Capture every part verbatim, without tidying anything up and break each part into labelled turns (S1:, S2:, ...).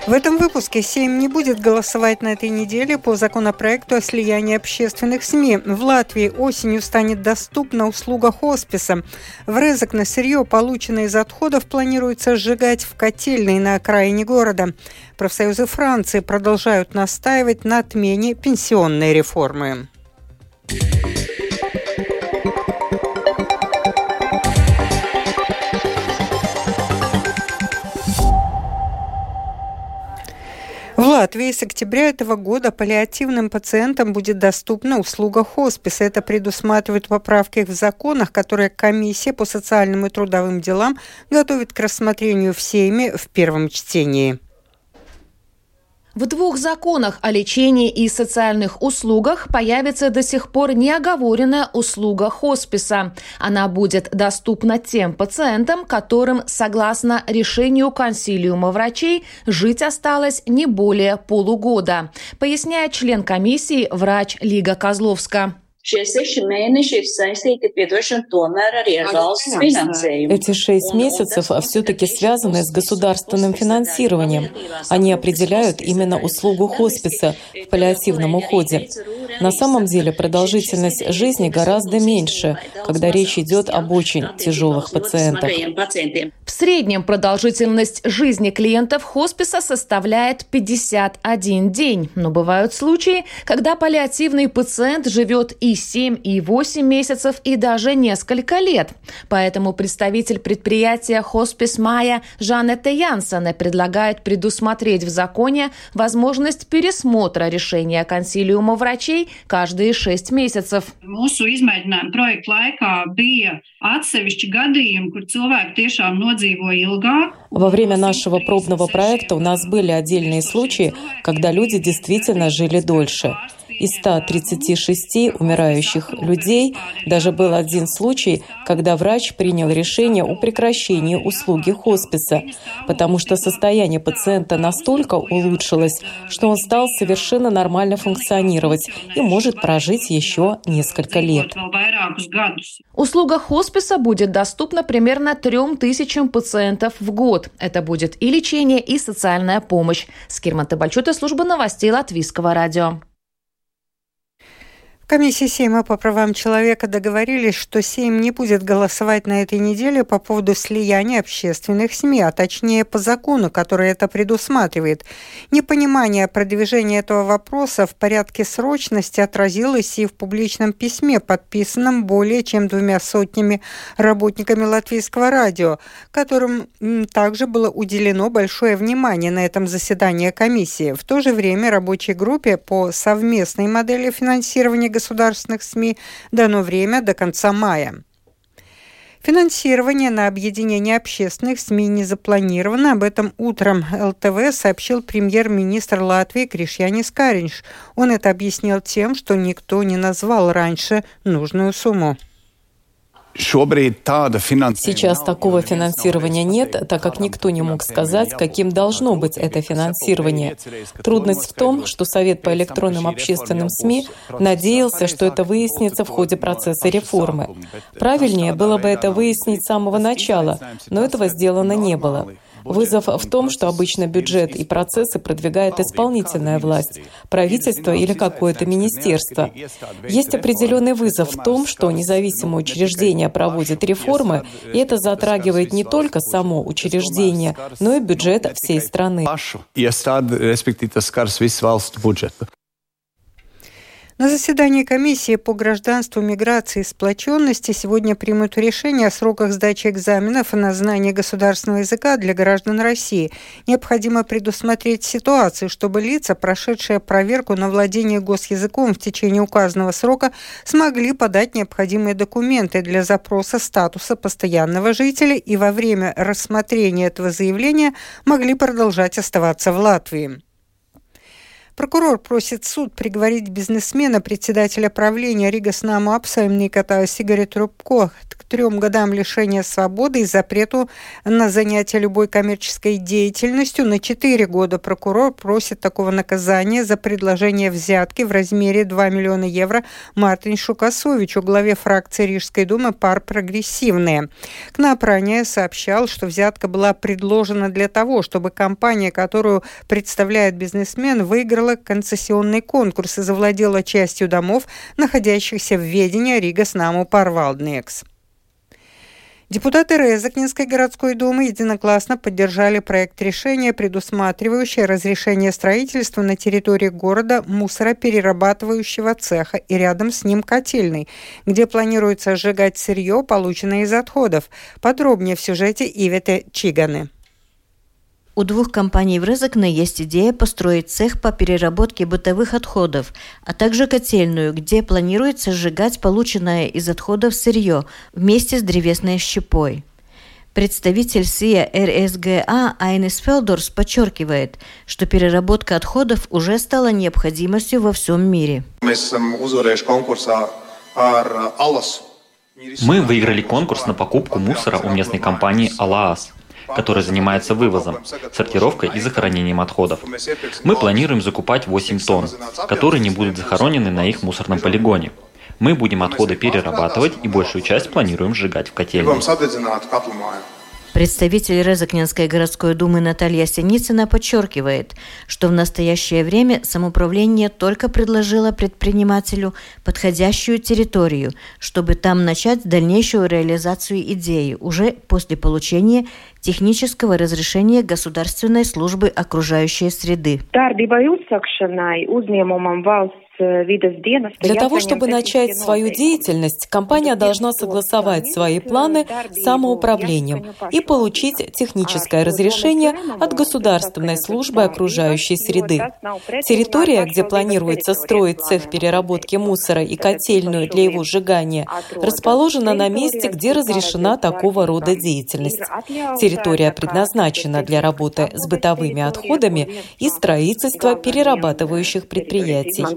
S1: В этом выпуске Сейм не будет голосовать на этой неделе по законопроекту о слиянии общественных СМИ. В Латвии осенью станет доступна услуга хосписа. Врезок на сырье, полученное из отходов, планируется сжигать в котельной на окраине города. Профсоюзы Франции продолжают настаивать на отмене пенсионной реформы. В Латвии с октября этого года паллиативным пациентам будет доступна услуга хосписа. Это предусматривает поправки в законах, которые комиссия по социальным и трудовым делам готовит к рассмотрению в Сейме в первом чтении.
S2: В двух законах о лечении и социальных услугах появится до сих пор неоговоренная услуга хосписа. Она будет доступна тем пациентам, которым, согласно решению консилиума врачей, жить осталось не более полугода, поясняет член комиссии врач Лига Козловска.
S3: Эти шесть месяцев все-таки связаны с государственным финансированием. Они определяют именно услугу хосписа в паллиативном уходе. На самом деле продолжительность жизни гораздо меньше, когда речь идет об очень тяжелых пациентах.
S2: В среднем продолжительность жизни клиентов хосписа составляет пятьдесят один день. Но бывают случаи, когда паллиативный пациент живет и семь, и восемь месяцев, и даже несколько лет. Поэтому представитель предприятия «Хоспис Майя» Жанетта Янсене предлагает предусмотреть в законе возможность пересмотра решения консилиума врачей каждые шесть месяцев.
S3: Во время нашего пробного проекта у нас были отдельные случаи, когда люди действительно жили дольше. Из ста тридцати шести умирающих людей даже был один случай, когда врач принял решение о прекращении услуги хосписа, потому что состояние пациента настолько улучшилось, что он стал совершенно нормально функционировать и может прожить еще несколько лет.
S2: Услуга хосписа будет доступна примерно трем тысячам пациентов в год. Это будет и лечение, и социальная помощь. Скирман Табальчута, служба новостей Латвийского радио.
S1: В комиссии Сейма по правам человека договорились, что Сейм не будет голосовать на этой неделе по поводу слияния общественных СМИ, а точнее по закону, который это предусматривает. Непонимание продвижения этого вопроса в порядке срочности отразилось и в публичном письме, подписанном более чем двумя сотнями работниками Латвийского радио, которым также было уделено большое внимание на этом заседании комиссии. В то же время рабочей группе по совместной модели финансирования государственных СМИ дано время до конца мая. Финансирование на объединение общественных СМИ не запланировано. Об этом утром эл тэ вэ сообщил премьер-министр Латвии Кришьянис Кариньш. Он это объяснил тем, что никто не назвал раньше нужную сумму.
S3: Сейчас такого финансирования нет, так как никто не мог сказать, каким должно быть это финансирование. Трудность в том, что Совет по электронным общественным СМИ надеялся, что это выяснится в ходе процесса реформы. Правильнее было бы это выяснить с самого начала, но этого сделано не было. Вызов в том, что обычно бюджет и процессы продвигает исполнительная власть, правительство или какое-то министерство. Есть определенный вызов в том, что независимое учреждение проводит реформы, и это затрагивает не только само учреждение, но и бюджет всей страны.
S1: На заседании комиссии по гражданству, миграции и сплоченности сегодня примут решение о сроках сдачи экзаменов на знание государственного языка для граждан России. Необходимо предусмотреть ситуацию, чтобы лица, прошедшие проверку на владение госязыком в течение указанного срока, смогли подать необходимые документы для запроса статуса постоянного жителя и во время рассмотрения этого заявления могли продолжать оставаться в Латвии. Прокурор просит суд приговорить бизнесмена, председателя правления Риgas nama apsaimniekota Сигари Трубко к трем годам лишения свободы и запрету на занятие любой коммерческой деятельностью на четыре года. Прокурор просит такого наказания за предложение взятки в размере два миллиона евро Мартин Шукасовичу, главе фракции Рижской думы «Пар прогрессивные». КНАП ранее сообщал, что взятка была предложена для того, чтобы компания, которую представляет бизнесмен, выиграла концессионный конкурс и завладела частью домов, находящихся в ведении Риgas nama pārvaldnieks. Депутаты Резекненской городской думы единогласно поддержали проект решения, предусматривающий разрешение строительства на территории города мусороперерабатывающего цеха и рядом с ним котельной, где планируется сжигать сырье, полученное из отходов. Подробнее в сюжете Иветы Чиганы.
S4: У двух компаний в Резекне есть идея построить цех по переработке бытовых отходов, а также котельную, где планируется сжигать полученное из отходов сырье вместе с древесной щепой. Представитель СИА РСГА Айнис Фелдорс подчеркивает, что переработка отходов уже стала необходимостью во всем мире.
S5: Мы выиграли конкурс на покупку мусора у местной компании «Алаас», которая занимается вывозом, сортировкой и захоронением отходов. Мы планируем закупать восемь тонн, которые не будут захоронены на их мусорном полигоне. Мы будем отходы перерабатывать и большую часть планируем сжигать в котельной.
S4: Представитель Резекненской городской думы Наталья Синицына подчеркивает, что в настоящее время самоуправление только предложило предпринимателю подходящую территорию, чтобы там начать дальнейшую реализацию идеи уже после получения технического разрешения Государственной службы окружающей среды.
S3: Для того, чтобы начать свою деятельность, компания должна согласовать свои планы с самоуправлением и получить техническое разрешение от Государственной службы окружающей среды. Территория, где планируется строить цех переработки мусора и котельную для его сжигания, расположена на месте, где разрешена такого рода деятельность. Территория предназначена для работы с бытовыми отходами и строительства перерабатывающих предприятий.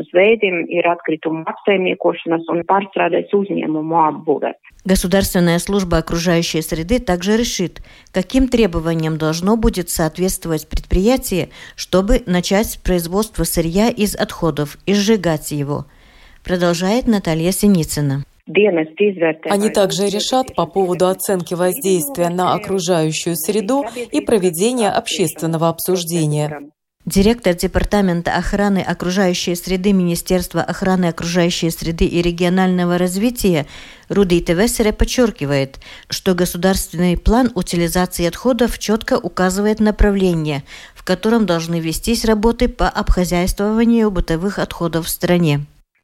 S4: Государственная служба окружающей среды также решит, каким требованиям должно будет соответствовать предприятие, чтобы начать производство сырья из отходов и сжигать его, продолжает Наталья Синицына.
S3: Они также решат по поводу оценки воздействия на окружающую среду и проведения общественного обсуждения.
S4: Директор Департамента охраны окружающей среды Министерства охраны окружающей среды и регионального развития Рудīte Весере подчеркивает, что государственный план утилизации отходов четко указывает направление, в котором должны вестись работы по обхозяйствованию бытовых отходов в стране.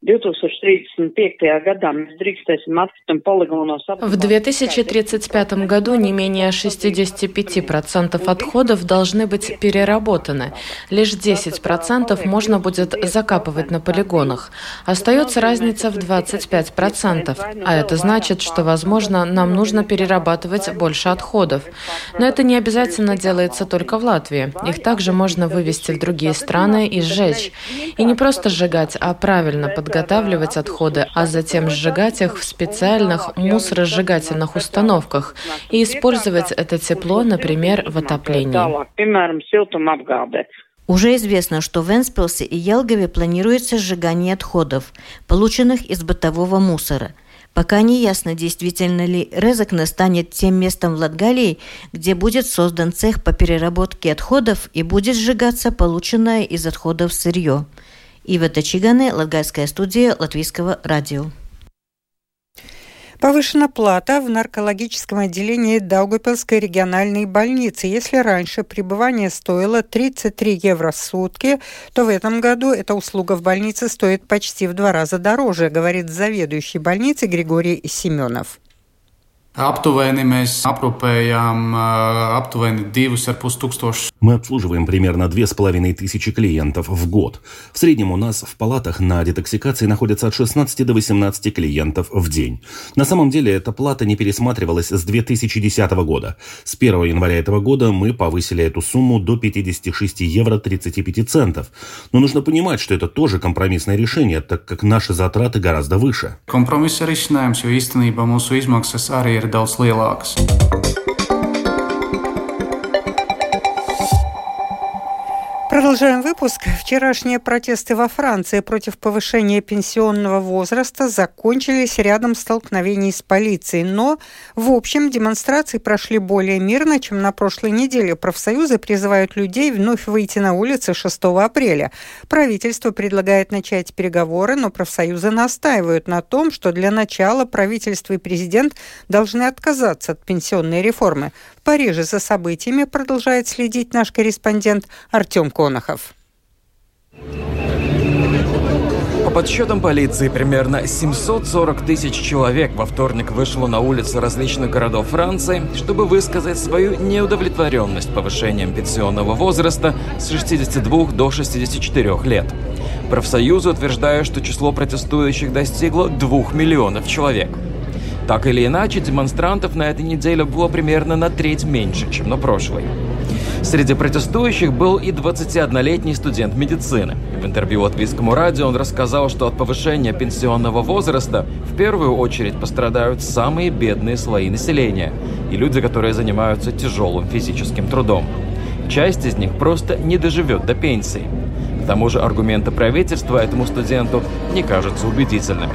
S2: В две тысячи тридцать пятом году не менее шестьдесят пять процентов отходов должны быть переработаны. Лишь десять процентов можно будет закапывать на полигонах. Остается разница в двадцать пять процентов. А это значит, что, возможно, нам нужно перерабатывать больше отходов. Но это не обязательно делается только в Латвии. Их также можно вывезти в другие страны и сжечь. И не просто сжигать, а правильно подготовить. Подготавливать отходы, а затем сжигать их в специальных мусоросжигательных установках и использовать это тепло, например, в отоплении.
S4: Уже известно, что в Вентспилсе и Jelgavе планируется сжигание отходов, полученных из бытового мусора. Пока не ясно, действительно ли Резекне станет тем местом в Латгалии, где будет создан цех по переработке отходов и будет сжигаться полученное из отходов сырье. Ивета Чиганы, Латгальская студия Латвийского радио.
S1: Повышена плата в наркологическом отделении Даугавпилской региональной больницы. Если раньше пребывание стоило тридцать три евро в сутки, то в этом году эта услуга в больнице стоит почти в два раза дороже, говорит заведующий больницей Григорий Семенов.
S6: Мы обслуживаем примерно две с половиной тысячи клиентов в год. В среднем у нас в палатах на детоксикации находятся от шестнадцати до восемнадцати клиентов в день. На самом деле эта плата не пересматривалась с две тысячи десятого года. С первого января этого года мы повысили эту сумму до пятидесяти шести евро тридцати пяти центов. Но нужно понимать, что это тоже компромиссное решение, так как наши затраты гораздо выше.
S7: Компромисс risinājums, jo īstenībā mūsu izmaksas arī ir daudz lielākas.
S1: Продолжаем выпуск. Вчерашние протесты во Франции против повышения пенсионного возраста закончились рядом столкновений с полицией. Но, в общем, демонстрации прошли более мирно, чем на прошлой неделе. Профсоюзы призывают людей вновь выйти на улицы шестого апреля. Правительство предлагает начать переговоры, но профсоюзы настаивают на том, что для начала правительство и президент должны отказаться от пенсионной реформы. В Париже за событиями продолжает следить наш корреспондент Артем Конохов.
S8: По подсчетам полиции, примерно семьсот сорок тысяч человек во вторник вышло на улицы различных городов Франции, чтобы высказать свою неудовлетворенность повышением пенсионного возраста с шестидесяти двух до шестидесяти четырёх лет. Профсоюзы утверждают, что число протестующих достигло двух миллионов человек. Так или иначе, демонстрантов на этой неделе было примерно на треть меньше, чем на прошлой. Среди протестующих был и двадцатиоднолетний студент медицины. В интервью Латвийскому радио он рассказал, что от повышения пенсионного возраста в первую очередь пострадают самые бедные слои населения и люди, которые занимаются тяжелым физическим трудом. Часть из них просто не доживет до пенсии. К тому же аргументы правительства этому студенту не кажутся убедительными.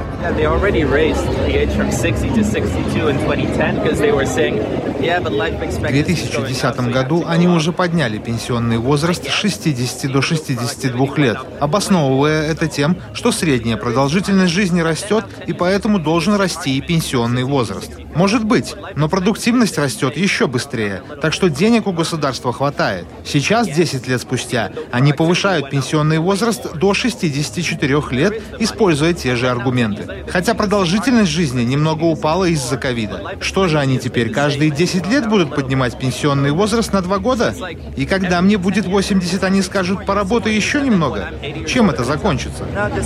S9: В две тысячи десятом году они уже подняли пенсионный возраст с шестидесяти до шестидесяти двух лет, обосновывая это тем, что средняя продолжительность жизни растет, и поэтому должен расти и пенсионный возраст. Может быть, но продуктивность растет еще быстрее, так что денег у государства хватает. Сейчас, десять лет спустя, они повышают пенсионный возраст до шестидесяти четырёх лет, используя те же аргументы. Хотя продолжительность жизни немного упала из-за ковида. Что же они теперь каждые десять лет будут поднимать пенсионный возраст на два года? И когда мне будет восемьдесят, они скажут: поработай еще немного? Чем это закончится?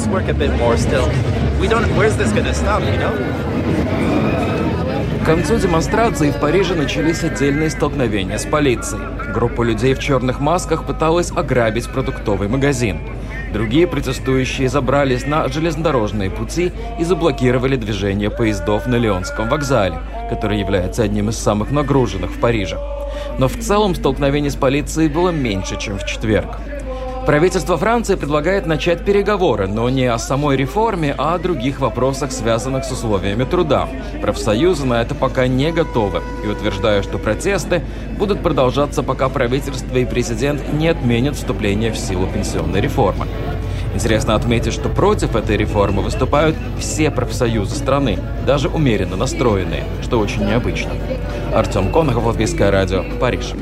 S8: К концу демонстрации в Париже начались отдельные столкновения с полицией. Группа людей в черных масках пыталась ограбить продуктовый магазин. Другие протестующие забрались на железнодорожные пути и заблокировали движение поездов на Лионском вокзале, который является одним из самых нагруженных в Париже. Но в целом столкновений с полицией было меньше, чем в четверг. Правительство Франции предлагает начать переговоры, но не о самой реформе, а о других вопросах, связанных с условиями труда. Профсоюзы на это пока не готовы и утверждают, что протесты будут продолжаться, пока правительство и президент не отменят вступление в силу пенсионной реформы. Интересно отметить, что против этой реформы выступают все профсоюзы страны, даже умеренно настроенные, что очень необычно. Артем Конохов, Латвийское радио, Париж.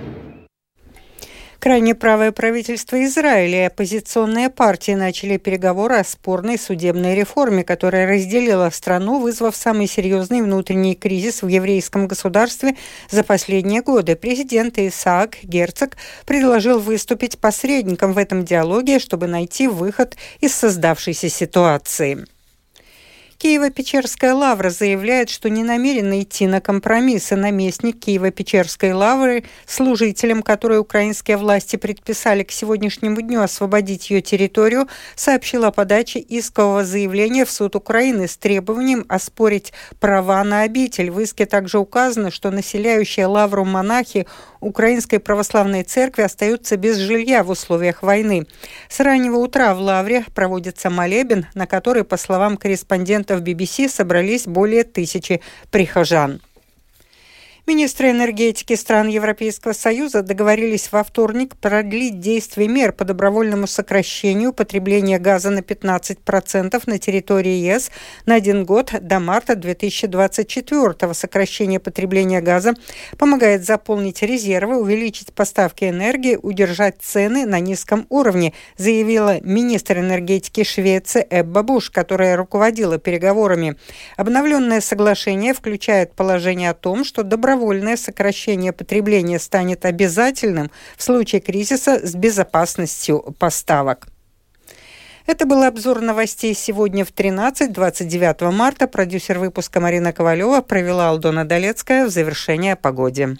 S1: Крайне правое правительство Израиля и оппозиционные партии начали переговоры о спорной судебной реформе, которая разделила страну, вызвав самый серьезный внутренний кризис в еврейском государстве за последние годы. Президент Исаак Герцог предложил выступить посредником в этом диалоге, чтобы найти выход из создавшейся ситуации. Киево-Печерская лавра заявляет, что не намерена идти на компромиссы. Наместник Киево-Печерской лавры, служителям, которые украинские власти предписали к сегодняшнему дню освободить ее территорию, сообщил о подаче искового заявления в суд Украины с требованием оспорить права на обитель. В иске также указано, что населяющие лавру монахи Украинской православной церкви остаются без жилья в условиях войны. С раннего утра в лавре проводится молебен, на который, по словам корреспондента в би би си, собрались более тысячи прихожан. Министры энергетики стран Европейского Союза договорились во вторник продлить действие мер по добровольному сокращению потребления газа на пятнадцать процентов на территории ЕС на один год до марта две тысячи двадцать четвёртого. Сокращение потребления газа помогает заполнить резервы, увеличить поставки энергии, удержать цены на низком уровне, заявила министр энергетики Швеции Эбба Буш, которая руководила переговорами. Обновленное соглашение включает положение о том, что добровольно Добровольное сокращение потребления станет обязательным в случае кризиса с безопасностью поставок. Это был обзор новостей сегодня в тринадцать двадцать девятого марта. Продюсер выпуска Марина Ковалева, провела Алдона Долецкая. В завершение о погоде.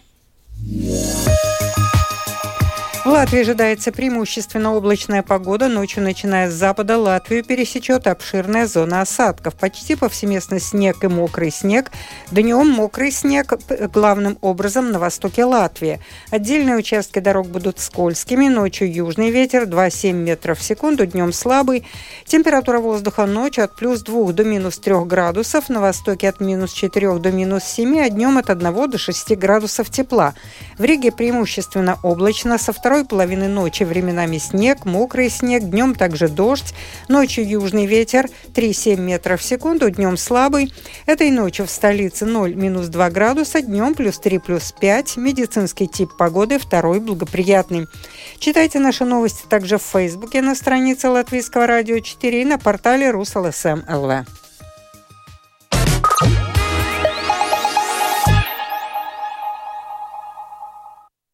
S1: В Латвии ожидается преимущественно облачная погода. Ночью, начиная с запада, Латвию пересечет обширная зона осадков. Почти повсеместно снег и мокрый снег. Днем мокрый снег главным образом на востоке Латвии. Отдельные участки дорог будут скользкими. Ночью южный ветер два целых семь десятых метров в секунду, днем слабый. Температура воздуха ночью от плюс двух до минус трех градусов. На востоке от минус четырех до минус семи, а днем от одного до шести градусов тепла. В Риге преимущественно облачно. Со второй второй половины ночи временами снег, мокрый снег, днем также дождь, ночью южный ветер три целых семь десятых метров в секунду, днем слабый. Этой ночью в столице ноль минус два градуса, днем плюс три плюс пять. Медицинский тип погоды второй благоприятный. Читайте наши новости также в Фейсбуке на странице Латвийского радио четыре и на портале Рус эл эс эм точка эл ви.